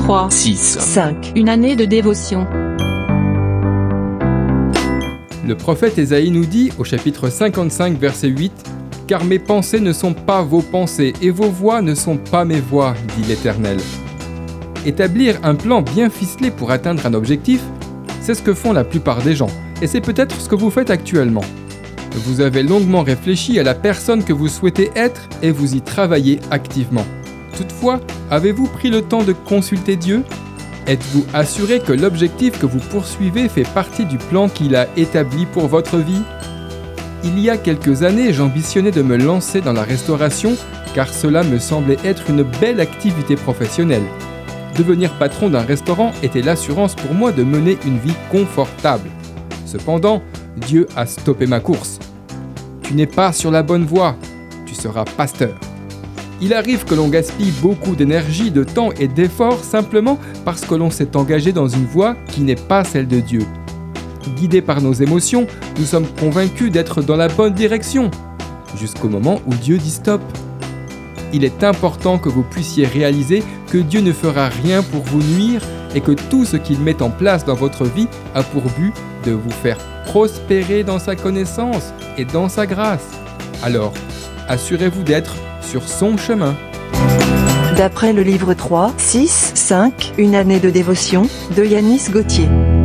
3, 6, 5. Une année de dévotion. Le prophète Ésaïe nous dit au chapitre 55 verset 8 « Car mes pensées ne sont pas vos pensées et vos voies ne sont pas mes voies, dit l'Éternel. » Établir un plan bien ficelé pour atteindre un objectif, c'est ce que font la plupart des gens et c'est peut-être ce que vous faites actuellement. Vous avez longuement réfléchi à la personne que vous souhaitez être et vous y travaillez activement. Toutefois, avez-vous pris le temps de consulter Dieu ? Êtes-vous assuré que l'objectif que vous poursuivez fait partie du plan qu'il a établi pour votre vie ? Il y a quelques années, j'ambitionnais de me lancer dans la restauration car cela me semblait être une belle activité professionnelle. Devenir patron d'un restaurant était l'assurance pour moi de mener une vie confortable. Cependant, Dieu a stoppé ma course. Tu n'es pas sur la bonne voie, tu seras pasteur. Il arrive que l'on gaspille beaucoup d'énergie, de temps et d'efforts simplement parce que l'on s'est engagé dans une voie qui n'est pas celle de Dieu. Guidés par nos émotions, nous sommes convaincus d'être dans la bonne direction, jusqu'au moment où Dieu dit stop. Il est important que vous puissiez réaliser que Dieu ne fera rien pour vous nuire et que tout ce qu'il met en place dans votre vie a pour but de vous faire prospérer dans sa connaissance et dans sa grâce. Alors, assurez-vous d'être sur son chemin. D'après le livre 3, 6, 5, Une année de dévotion, de Yanis Gauthier.